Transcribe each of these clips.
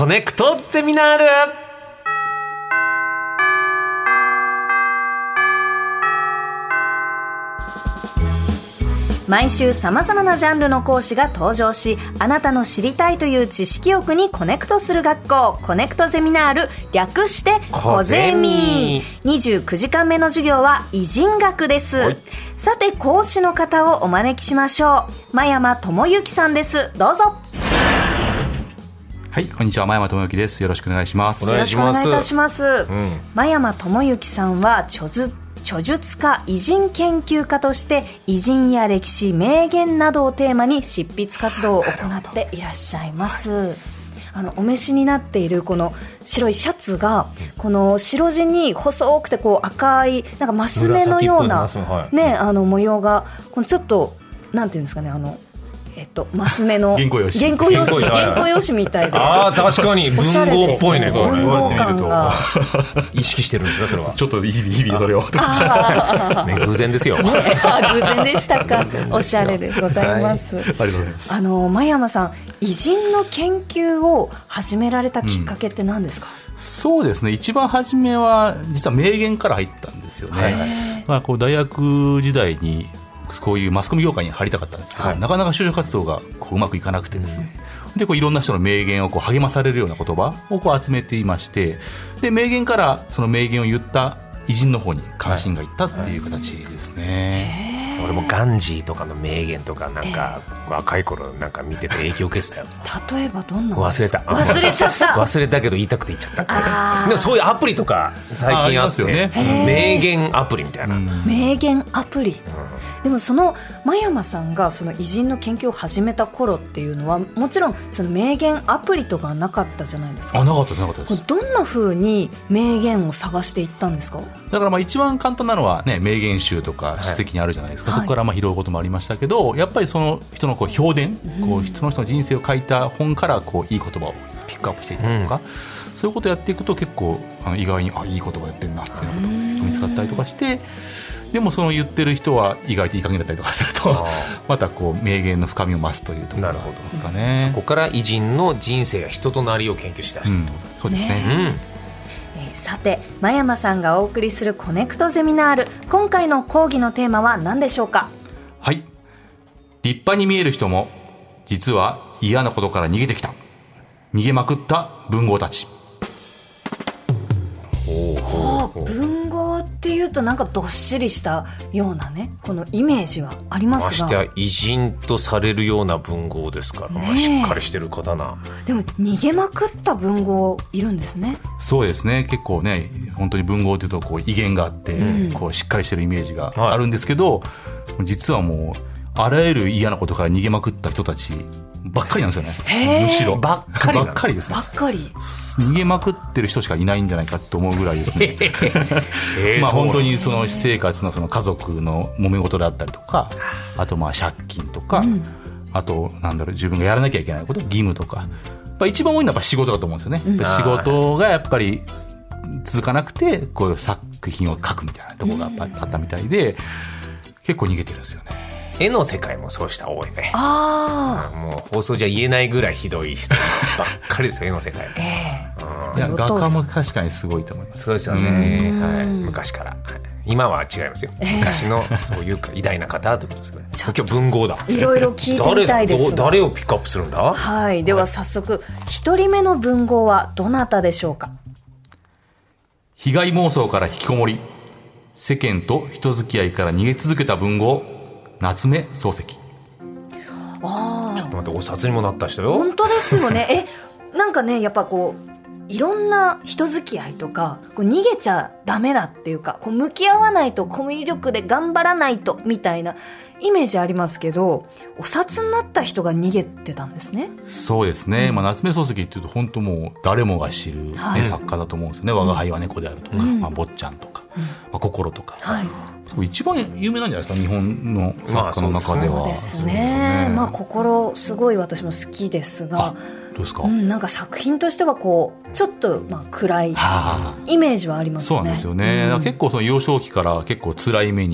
コネクトゼミナール。 毎週さまざまなジャンルの講師が登場し、あなたの知りたいという知識欲にコネクトする学校、コネクトゼミナール、略してコゼミ。29時間目の授業は偉人学です。さて講師の方をお招きしましょう。真山智之さんです。どうぞ。 はい、こんにちは、真山智之です。よろしくお願いします。 よろしくお願いいたします。真山智之さんは著述家、偉人研究家として偉人や歴史、名言などをテーマに執筆活動を行っていらっしゃいます。お召しになっているこの白いシャツが、この白地に細くてこう赤いなんかマス目のような、ね、模様がこのちょっとなんていうんですかね、マス目の原稿用紙みたいで、 確かに文豪っぽいね。これ文豪感が意識してるんですか、それは。 ちょっと日々それを偶然ですよ。 偶然でしたか。おしゃれでございます。ありがとうございます。真山さん、偉人の研究を始められたきっかけって何ですか？ そうですね、一番初めは実は名言から入ったんですよね。こう大学時代にこういうマスコミ業界に入りたかったんですけど、なかなか就職活動がこううまくいかなくてですね、でこういろんな人の名言をこう励まされるような言葉をこう集めていまして、で名言からその名言を言った偉人の方に関心がいったっていう形ですね。 俺もガンジーとかの名言とかなんか若い頃なんか見てて影響を受けてたよ。 例えばどんなの？ 忘れちゃった忘れたけど言いたくて言っちゃった。でもそういうアプリとか最近あって、名言アプリみたいな。 名言アプリ、でもその真山さんがその偉人の研究を始めた頃っていうのはもちろんその名言アプリとかなかったじゃないですか。 なかったです。 どんな風に名言を探していったんですか？ だから一番簡単なのは、ね、名言集とか書籍にあるじゃないですか、そこから拾うこともありましたけど、やっぱりその人のこう評伝、その人の人生を書いた本からこういい言葉をピックアップしていったりとか、そういうことをやっていくと結構意外にいい言葉やってるなっていうことが見つかったりとかして、でもその言ってる人は意外といい加減だったりとかするとまたこう名言の深みを増すというところがありますかね。 そこから偉人の人生や人となりを研究しだしたと、 そうですね。 さて真山さんがお送りするコネクトゼミナール、今回の講義のテーマは何でしょうか？ はい、立派に見える人も実は嫌なことから逃げてきた、逃げまくった文豪たち。 文豪っていうとなんかどっしりしたようなね、このイメージはありますが、 ましてや偉人とされるような文豪ですから、しっかりしてる方な。 でも逃げまくった文豪いるんですね。 そうですね、結構ね、本当に文豪というとこう威厳があって、こうしっかりしてるイメージがあるんですけど、実はもうあらゆる嫌なことから逃げまくった人たちばっかりなんですよね。むしろばっかりですね。逃げまくってる人しかいないんじゃないかと思うぐらいですね。本当にその私生活のその家族の揉め事であったりとか、あと借金とか、あと自分がやらなきゃいけないこと、義務とか、一番多いのはやっぱ仕事だと思うんですよね。仕事がやっぱり続かなくてこういう作品を書くみたいなところがあったみたいで、結構逃げてるんですよね。 絵の世界もそうした多いね。もう放送じゃ言えないぐらいひどい人ばっかりですよ、絵の世界。 いや画家も確かにすごいと思います。 そうですよね、昔から。今は違いますよ、昔のそういう偉大な方ということですね。今日文豪だ。 いろいろ聞いてみたいですが、 誰をピックアップするんだ？ はい、では早速一人目の文豪はどなたでしょうか？ 被害妄想から引きこもり、世間と人付き合いから逃げ続けた文豪、夏目漱石。 ちょっと待って、お札にもなった人よ。 本当ですよね。なんかね、やっぱこういろんな人付き合いとか、こう逃げちゃダメだっていうか、こう向き合わないと、コミュ力で頑張らないとみたいなイメージありますけど、お札になった人が逃げてたんですね。 そうですね、夏目漱石っていうと本当もう誰もが知る、作家だと思うんですよね。我が輩は猫であるとか、坊ちゃんとか、心とか、一番有名なんじゃないですか、日本の作家の中では。 そうですね。心すごい私も好きですが、 どうですか？ なんか作品としてはこうちょっと暗いイメージはありますね。 そうなんですよね。結構その幼少期から結構辛い目に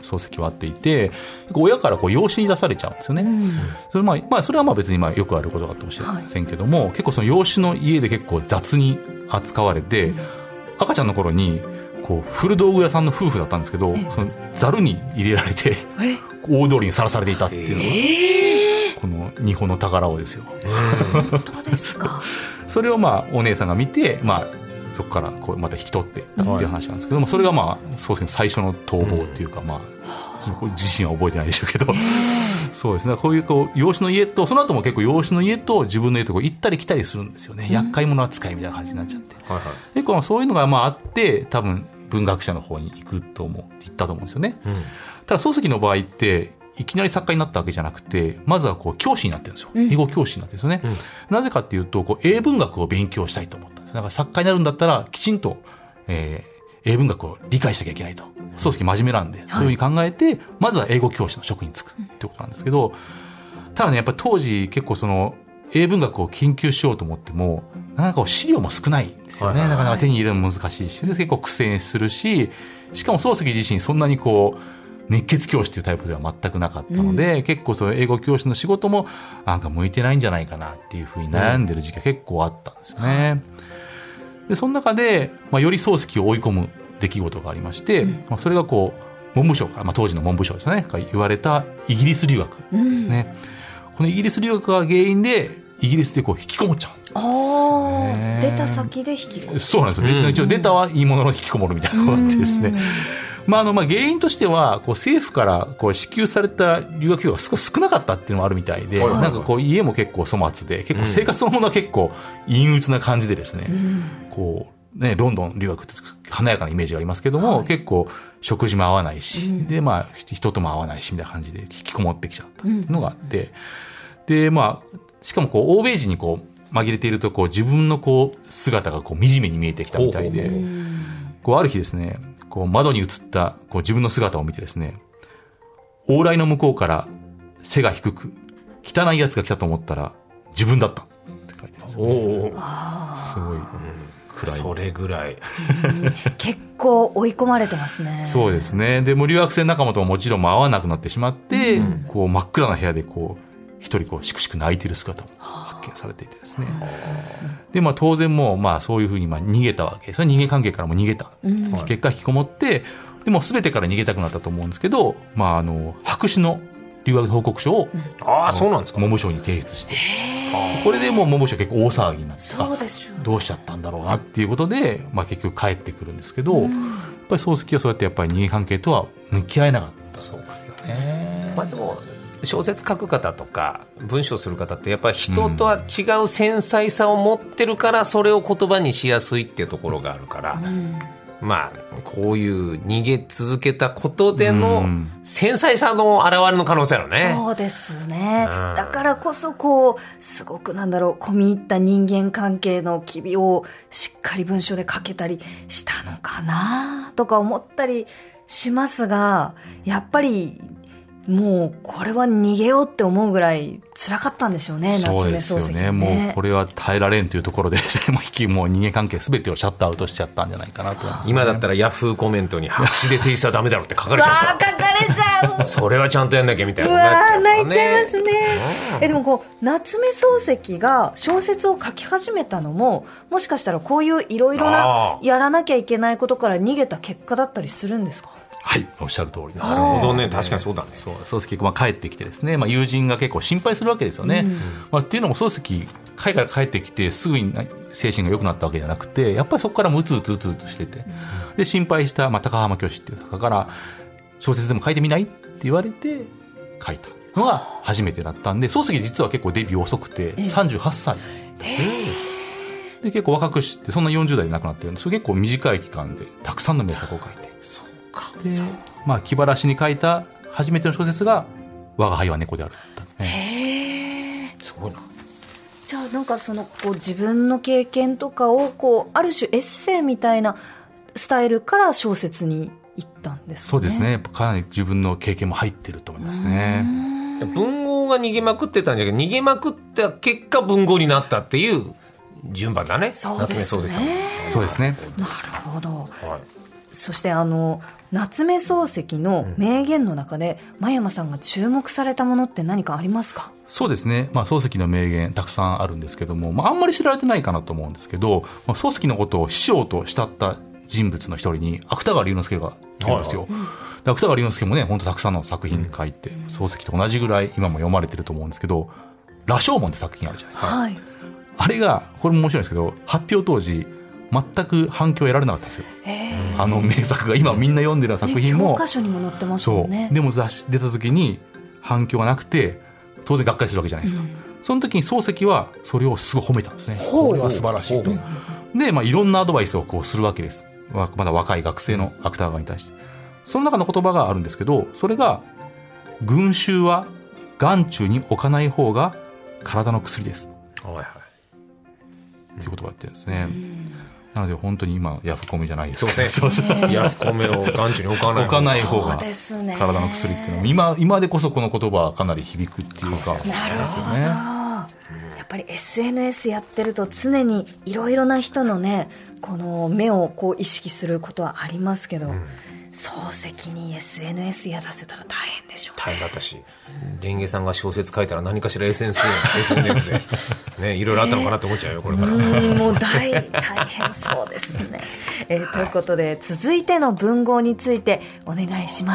漱石はあっていて、親から養子に出されちゃうんですよね。それは別によくあることかもしれませんけども、結構その養子の家で結構雑に扱われて、赤ちゃんの頃に古道具屋さんの夫婦だったんですけど、そのザルに入れられて大通りにさらされていたっていうのが、この日本の宝をですよ。 本当ですか。 それをお姉さんが見て、そこからまた引き取ってったっていう話なんですけども、それがそうですね、最初の逃亡っていうか、自身は覚えてないでしょうけど、そうですね、こういう養子の家と、その後も結構養子の家と自分の家と行ったり来たりするんですよね。厄介者扱いみたいな感じになっちゃって、結構そういうのがあって、多分文学者の方に行くと行ったと思うんですよね。ただ漱石の場合っていきなり作家になったわけじゃなくて、まずは教師になってるんですよ。英語教師になってるんですよね。なぜかっていうと、英文学を勉強したいと思ったんです。だから作家になるんだったらきちんと、英文学を理解しなきゃいけないと。漱石真面目なんで、そういうふうに考えて、まずは英語教師の職に就くってことなんですけど、ただね、やっぱり当時結構英文学を研究しようと思っても、なかなか資料も少ないんですよね。なかなか手に入れるのも難しいし、結構苦戦するし、しかも漱石自身そんなに熱血教師というタイプでは全くなかったので、結構英語教師の仕事も向いてないんじゃないかなっていうふうに悩んでる時期が結構あったんですよね。でその中で、より漱石を追い込む出来事がありまして、それが文部省から、当時の文部省ですね、言われたイギリス留学ですね。このイギリス留学が原因でイギリスで引きこもっちゃうんですね。 出た先で引きこもる。 そうなんですよ。一応出たはいいものの引きこもるみたいなことでですね。原因としては政府から支給された留学費用が少なかったっていうのもあるみたいで、家も結構粗末で、結構生活のものは結構陰鬱な感じでですね、ロンドン留学って華やかなイメージがありますけども、結構食事も合わないし、で人とも合わないしみたいな感じで引きこもってきちゃったっていうのがあって、でしかも欧米人に紛れていると自分の姿が惨めに見えてきたみたいで、ある日ですね、窓に映った自分の姿を見てですね、往来の向こうから背が低く汚いやつが来たと思ったら自分だったって書いてますね。すごい暗い。 それぐらい結構追い込まれてますね。 そうですね。で留学生仲間とももちろん会わなくなってしまって、真っ暗な部屋で一人しくしく泣いている姿も発見されていてですね。で当然もうそういうふうに逃げたわけです。人間関係からも逃げた、結果引きこもって、でも全てから逃げたくなったと思うんですけど、白紙の留学報告書を、 そうなんですか、 文部省に提出して、これでもう文部省結構大騒ぎになって、 そうですよ、 どうしちゃったんだろうなっていうことで、結局帰ってくるんですけど、やっぱり漱石はそうやってやっぱり人間関係とは向き合えなかったんですよね。 でも小説書く方とか文章する方ってやっぱり人とは違う繊細さを持ってるから、それを言葉にしやすいっていうところがあるから、こういう逃げ続けたことでの繊細さの表れの可能性あるね。 そうですね。だからこそすごく込み入った人間関係の機微をしっかり文章で書けたりしたのかなとか思ったりしますが、やっぱりもうこれは逃げようって思うぐらい辛かったんでしょうね。 そうですよね。もうこれは耐えられんというところでもう人間関係全てをシャットアウトしちゃったんじゃないかなと思います、ね。 今だったらヤフーコメントに白紙で提出はダメだろって書かれちゃうから書かれちゃうそれはちゃんとやんなきゃみたいなことになっちゃうからね。 泣いちゃいますね。でも夏目漱石が小説を書き始めたのも、もしかしたらこういういろいろなやらなきゃいけないことから逃げた結果だったりするんですか？ はい、おっしゃる通りです。 なるほどね、確かにそうだね。 漱石帰ってきてですね、友人が結構心配するわけですよね。っていうのも漱石海から帰ってきてすぐに精神が良くなったわけじゃなくて、やっぱりそこからもうつうつしてて、で心配した、高浜虚子っていう作家から小説でも書いてみないって言われて書いたのが初めてだったんで、漱石実は結構デビュー遅くて38歳で、結構若くしてそんな40代で亡くなってるんで、それ結構短い期間でたくさんの名作を書いて、で気晴らしに書いた初めての小説が我が輩は猫であるだったんですね。 すごいな。 じゃあ自分の経験とかをある種エッセイみたいなスタイルから小説に行ったんですかね。 そうですね。かなり自分の経験も入ってると思いますね。 文豪が逃げまくってたんじゃけど、逃げまくった結果文豪になったっていう順番だね。 そうですね。 そうですね。 なるほど。 そして夏目漱石の名言の中で、真山さんが注目されたものって何かありますか？ そうですね、漱石の名言たくさんあるんですけども、あんまり知られてないかなと思うんですけど、漱石のことを師匠と慕った人物の一人に芥川龍之介がいるんですよ。で芥川龍之介もね、本当たくさんの作品書いて、漱石と同じぐらい今も読まれてると思うんですけど、羅生門って作品あるじゃないですか、 はい、 あれがこれも面白いんですけど、発表当時全く反響を得られなかったんですよ。あの名作が今みんな読んでる作品も、 教科書にも載ってますもんね。 そうでも雑誌出た時に反響がなくて当然がっかりするわけじゃないですか、その時に漱石はそれをすごい褒めたんですね。これは素晴らしいと。で、いろんなアドバイスをこうするわけです。まだ若い学生の芥川に対して。その中の言葉があるんですけど、それが群衆は眼中に置かない方が体の薬です、はいはい、っていう言葉を言ってるんですね。なので本当に今ヤフコメじゃないですか、ね、そうねヤフコメを眼中に置かない方が体の薬っていうのは今でこそこの言葉はかなり響くっていうか。 なるほど、やっぱり SNS やってると常にいろいろな人のね、この目をこう意識することはありますけど、漱石に SNS やらせたら大変でしょうね。 大変だったし、レンゲさんが小説書いたら何かしら SNS で、ね、いろいろあったのかなと思っちゃうよこれから。 もう大変そうですね、ということで続いての文豪についてお願いします。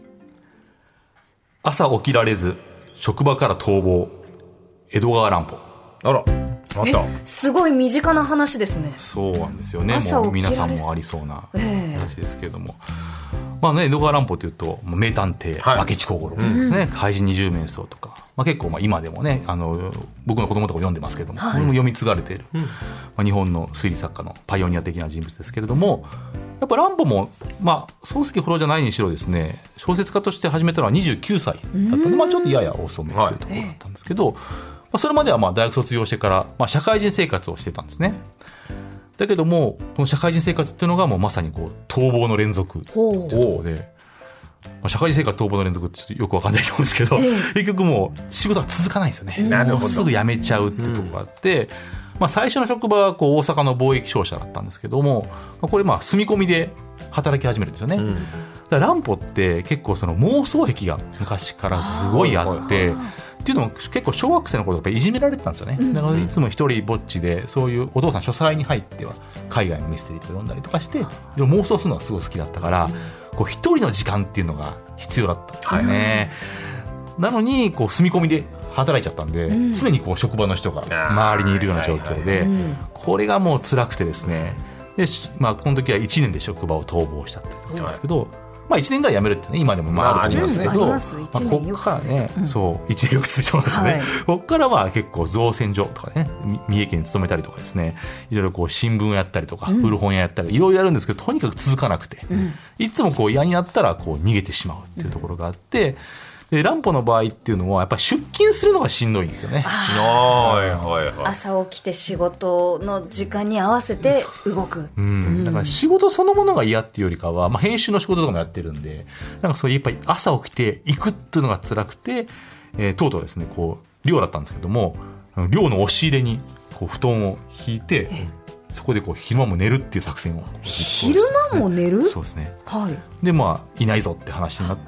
朝起きられず職場から逃亡、江戸川乱歩。 あら、あった。 すごい身近な話ですね。 そうなんですよね。もう皆さんもありそうな話ですけれども、江戸川乱歩というと名探偵明智小五郎ですね、怪人20面相とか、結構今でもね、僕の子供とか読んでますけども、これも読み継がれている、日本の推理作家のパイオニア的な人物ですけれども、やっぱ乱歩も漱石ほどじゃないにしろですね、小説家として始めたのは29歳だったので、ちょっとやや遅めというところだったんですけど、それまでは大学卒業してから、社会人生活をしてたんですね。だけどもこの社会人生活っていうのがもうまさにこう逃亡の連続というところで、社会人生活逃亡の連続ってちょっとよく分かんないと思うんですけど、結局もう仕事が続かないんですよね。 なるほど。 すぐ辞めちゃうっていうところがあって、最初の職場はこう大阪の貿易商社だったんですけども、これ住み込みで働き始めるんですよね。だから乱歩って結構その妄想癖が昔からすごいあって、っていうのも結構小学生の頃やっぱりいじめられてたんですよね。だからいつも一人ぼっちで、そういうお父さん書斎に入っては海外のミステリーとか読んだりとかして妄想するのがすごい好きだったから、こう一人の時間っていうのが必要だったんですね。なのにこう住み込みで働いちゃったんで、常にこう職場の人が周りにいるような状況で、これがもう辛くてですね、でこの時は1年で職場を逃亡したってことなんですけど、1年ぐらい辞めるってね、今でもあると思うんですけど、ここからね、そう1年よく続いてますね。ここからは結構造船所とかね、三重県に勤めたりとかですね、いろいろこう新聞をやったりとか、古本屋やったりいろいろやるんですけど、とにかく続かなくて、いつもこう嫌になったらこう逃げてしまうっていうところがあって、で乱歩の場合っていうのはやっぱり出勤するのがしんどいんですよね。 朝起きて仕事の時間に合わせて動く。 だから仕事そのものが嫌っていうよりかは、編集の仕事とかもやってるんで、そういうやっぱり朝起きて行くっていうのが辛くて、とうとうですね、こう寮だったんですけども、寮の押し入れにこう布団を引いて、そこでこう昼間も寝るっていう作戦を昼間も寝る。 そうですね、でいないぞって話になって、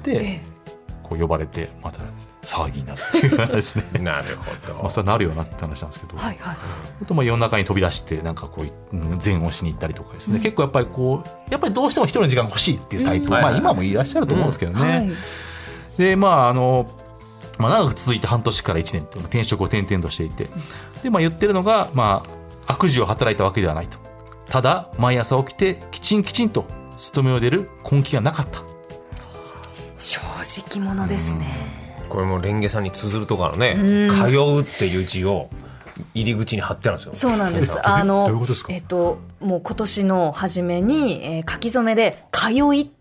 呼ばれてまた騒ぎになるっていう話ですね。 なるほど。 それはなるよなって話なんですけど、あと夜中に飛び出してこう禅をしに行ったりとかですね、結構やっぱりどうしても一人の時間が欲しいっていうタイプ、今もいらっしゃると思うんですけどね。で長く続いて半年から1年と転職を転々としていて、で言ってるのが悪事を働いたわけではないと、ただ毎朝起きてきちんと勤めを出る根気がなかった。 正直者ですね。 これもレンゲさんに綴るとかのね、通うっていう字を入り口に貼ってあるんですよ。 そうなんです。 どういうことですか？ もう今年の初めに、書き初めで通いっ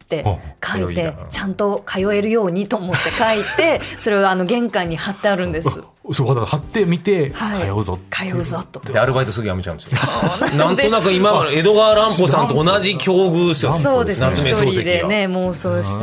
って書いて、ちゃんと通えるようにと思って書いて、それを玄関に貼ってあるんです。 そうだから貼ってみて、 はい、 通うぞと。 でアルバイトすぐ辞めちゃうんですよ。なんとなく今の江戸川乱歩さんと同じ境遇ですよ。 そうですね。 夏目漱石が一人でね妄想して、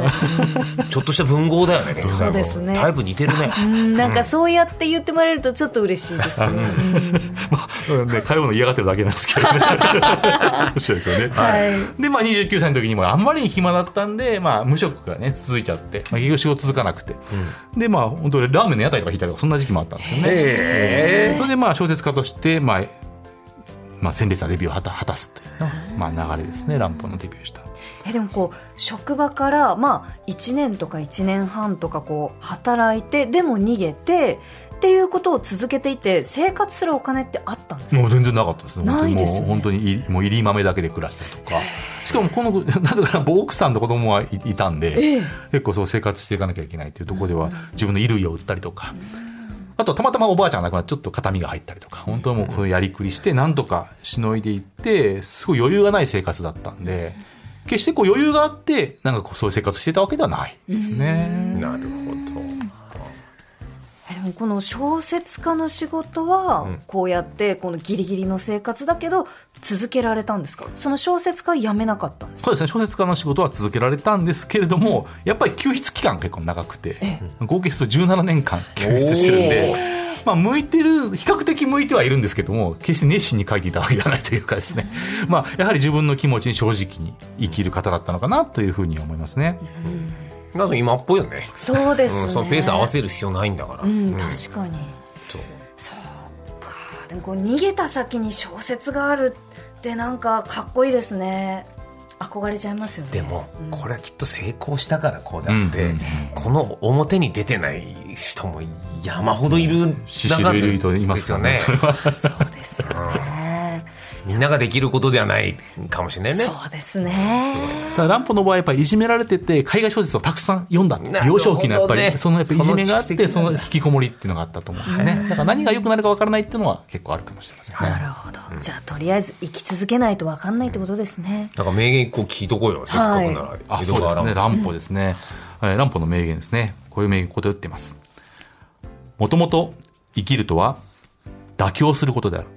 ちょっとした文豪だよね。 そうですね。 タイプ似てるね。 なんかそうやって言ってもらえるとちょっと嬉しいですね。 通うの嫌がってるだけなんですけどね。面白いですよね。はい、で29歳の時にもあんまりに暇だったんで、無職がね続いちゃって、結局仕事続かなくて、で本当にラーメンの屋台とか引いたりとかそんな時期もあったんですけどね。それで小説家として、鮮烈なデビューを果たすという流れですね。乱歩のデビューした。 でも職場から1年とか1年半とか働いて、でも逃げてっていうことを続けていて、生活するお金ってあったんですか？ もう全然なかったですね。 ないですよね。 本当にもう入り豆だけで暮らしたりとか、しかもなぜか奥さんと子供がいたんで、結構そう生活していかなきゃいけないというところでは、自分の衣類を売ったりとか、あとたまたまおばあちゃんが亡くなってちょっと形見が入ったりとか、本当にもうこうやりくりしてなんとかしのいでいって、すごい余裕がない生活だったんで、決して余裕があってそういう生活してたわけではないですね。 なるほど。 でもこの小説家の仕事はこうやってこのギリギリの生活だけど続けられたんですか？その小説家は辞めなかったんですか？ そうですね、小説家の仕事は続けられたんですけれども、やっぱり休筆期間結構長くて、合計すると17年間休筆してるんで、比較的向いてはいるんですけども、決して熱心に書いていたわけではないというかですね、やはり自分の気持ちに正直に生きる方だったのかなというふうに思いますね。 今っぽいよね。 そうですね。 そのペース合わせる必要ないんだから。 確かに。そうか。でも逃げた先に小説があるってかっこいいですね。憧れちゃいますよね。 でもこれはきっと成功したからこうだって、この表に出てない人も山ほどいる中でですよね。 そうですよね。 みんなができることではないかもしれないね。 そうですね。 ただ乱歩の場合やっぱりいじめられてて、海外小説をたくさん読んだ。幼少期のやっぱりやっぱいじめがあって、その引きこもりっていうのがあったと思うんですよね。だから何が良くなるか分からないっていうのは結構あるかもしれませんね。 なるほど。じゃあとりあえず生き続けないと分かんないってことですね。 名言一個聞いとこうよ。せっかくなら。 そうですね。乱歩ですね。乱歩の名言ですね。こういう名言こと言っています。もともと生きるとは妥協することである。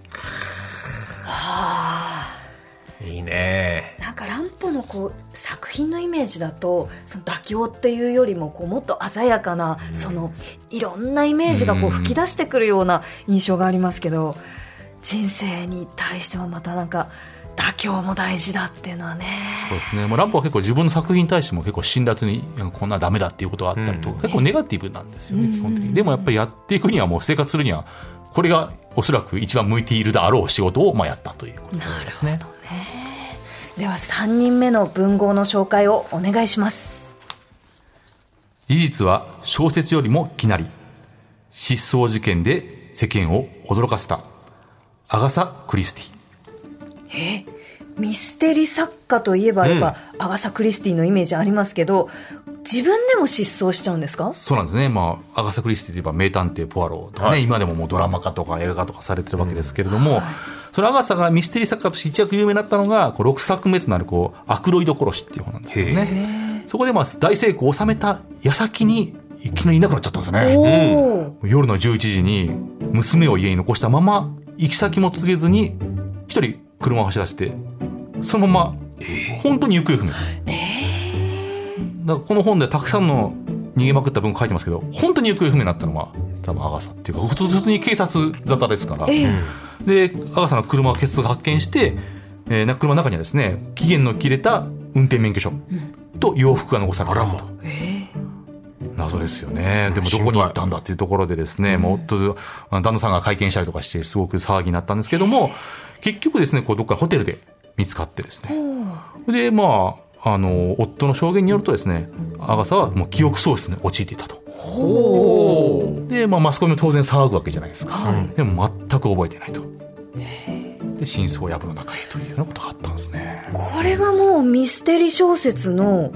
いいね。 乱歩の作品のイメージだと、その妥協っていうよりももっと鮮やかな、いろんなイメージが吹き出してくるような印象がありますけど、人生に対してはまた妥協も大事だっていうのはね。 そうですね。乱歩は結構自分の作品に対しても結構辛辣にこんなダメだっていうことがあったりと、結構ネガティブなんですよね、基本的に。でもやっぱりやっていくには、もう生活するにはこれがおそらく一番向いているであろう仕事をやったということですね。 なるほどね。では3人目の文豪の紹介をお願いします。 事実は小説よりも奇なり、失踪事件で世間を驚かせたアガサ・クリスティ。 ミステリ作家といえばやっぱアガサ・クリスティのイメージありますけど、自分でも失踪しちゃうんですか？ そうなんですね。アガサ・クリスティといえば名探偵ポアロとかね、今でももうドラマ化とか映画化とかされてるわけですけれども、そのアガサがミステリ作家として一躍有名になったのが6作目となるアクロイド殺しっていう本なんですよね。そこで大成功を収めた矢先にいきなりいなくなっちゃったんですよね。夜の11時に娘を家に残したまま、行き先も告げずに一人車を走らせて、そのまま本当に行方不明です。だからこの本でたくさんの逃げまくった文書いてますけど、本当に行方不明になったのは多分アガサっていうか、普通に警察沙汰ですから、でアガサの車を警察が発見して、車の中にはですね、期限の切れた運転免許証と洋服が残されていると。謎ですよね。でもどこに行ったんだっていうところでですね、もっと旦那さんが会見したりとかしてすごく騒ぎになったんですけども、結局ですね、どっかホテルで見つかってですね、で夫の証言によるとですね、アガサはもう記憶喪失に陥っていたと。で、マスコミも当然騒ぐわけじゃないですか。でも全く覚えてないと。で真相を藪の中へというようなことがあったんですね。 これがもうミステリ小説の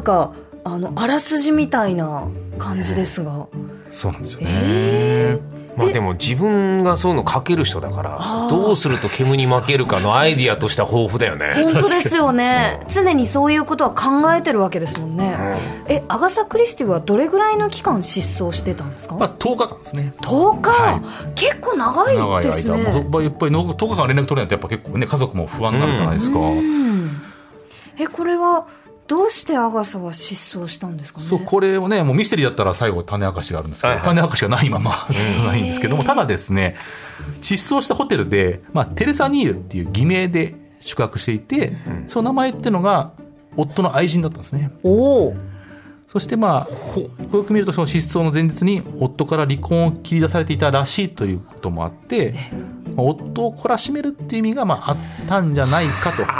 あらすじみたいな感じですが、 そうなんですよね。 まあ、でも自分がそういうの書ける人だからどうすると煙に負けるかのアイディアとしては豊富だよね。 本当ですよね、常にそういうことは考えてるわけですもんね、アガサ・クリスティはどれぐらいの期間失踪してたんですか？ まあ、10日間ですね。 10日、はい、結構長いですね。 やっぱり10日間連絡取れないとやっぱ結構ね家族も不安になるじゃないですか。 これはどうしてアガサは失踪したんですかね？ そうこれをねもうミステリーだったら最後種明かしがあるんですけど、種明かしがないままないんですけども、ただですね失踪したホテルで、テレサ・ニールっていう偽名で宿泊していて、その名前っていうのが夫の愛人だったんですね。そしてよく見るとその失踪の前日に夫から離婚を切り出されていたらしいということもあって、夫を懲らしめるっていう意味があったんじゃないかと。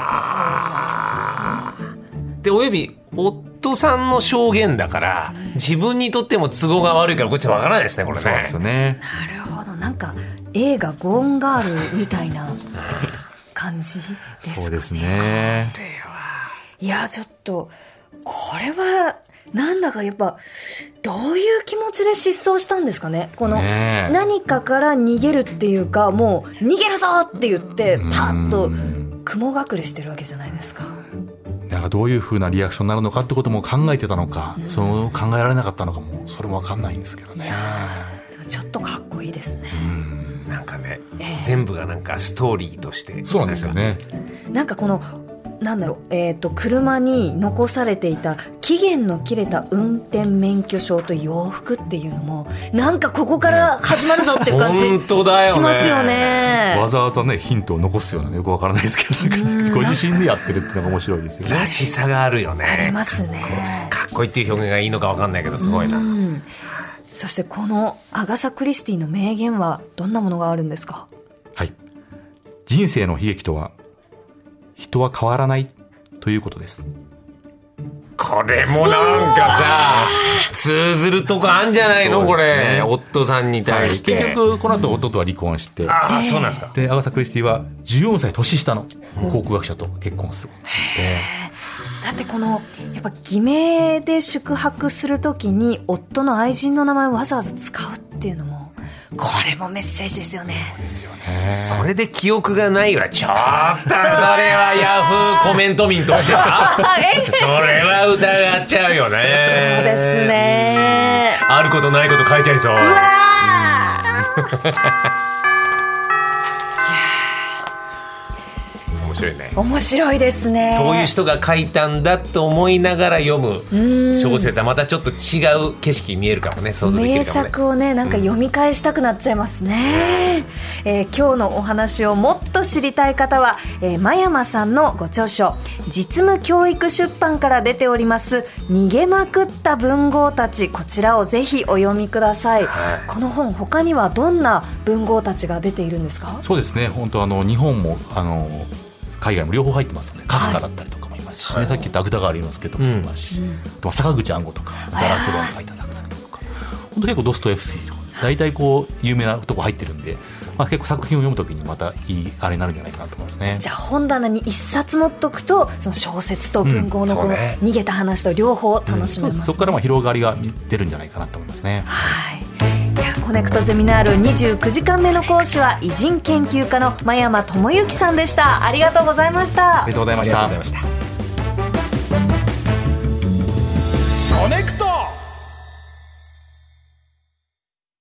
でおよび夫さんの証言だから自分にとっても都合が悪いからこっちは分からないですねこれね。 そうですよね。 なるほど、なんか映画ゴーンガールみたいな感じですかね。 そうですね。 いやちょっとこれはなんだかやっぱどういう気持ちで失踪したんですかね。この何かから逃げるっていうか、もう逃げるぞって言ってパッと雲隠れしてるわけじゃないですか。 だからどういう風なリアクションになるのかってことも考えてたのか、そう考えられなかったのかもそれも分かんないんですけどね。 でもちょっとかっこいいですね。 なんかね、全部がなんかストーリーとしてそうなんですよね。 なんかこのなんだろう、車に残されていた期限の切れた運転免許証と洋服っていうのもなんかここから始まるぞっていう感じ本当だよね、 しますよね。 わざわざねヒントを残すようなよくわからないですけど、ご自身でやってるっていうのが面白いですよね。 らしさがあるよね。 ありますね。 かっこいいっていう表現がいいのかわかんないけどすごいな。 そしてこのアガサ・クリスティの名言はどんなものがあるんですか？ はい、人生の悲劇とは人は変わらないということです。 これもなんかさ通ずるとこあんじゃないの、これ夫さんに対して、 結局この後夫とは離婚して、 そうなんですか。 でアガサ・クリスティは14歳年下の考古学者と結婚する。 だってこのやっぱ偽名で宿泊するときに夫の愛人の名前をわざわざ使うっていうのもこれもメッセージですよね。 そうですよね。 それで記憶がないわちょっとそれはヤフーコメント民としてはそれは疑っちゃうよね。 そうですね。 あることないこと書いちゃいそう。うわ面白いね。 面白いですね。 そういう人が書いたんだと思いながら読む小説はまたちょっと違う景色見えるかもね。想像できるかもね。名作をねなんか読み返したくなっちゃいますね。今日のお話をもっと知りたい方は、真山さんのご著書実務教育出版から出ております逃げまくった文豪たち、こちらをぜひお読みください。この本他にはどんな文豪たちが出ているんですか？ そうですね、本当日本も海外も両方入ってますので、カフカだったりとかもいますし、さっき言った芥川龍之介とかもいますし、坂口安吾とかガラクロンが書いた作品とか、本当結構ドストエフスキーとか大体こう有名なとこ入ってるんで、結構作品を読むときにまたいいあれになるんじゃないかなと思いますね。 じゃあ本棚に一冊持っとくとその小説と文豪のこの逃げた話と両方楽しめますね。 そこから広がりが出るんじゃないかなと思いますね。 はい。コネクトゼミナール29時間目の講師は偉人研究家の真山智之さんでした。ありがとうございました。 ありがとうございました。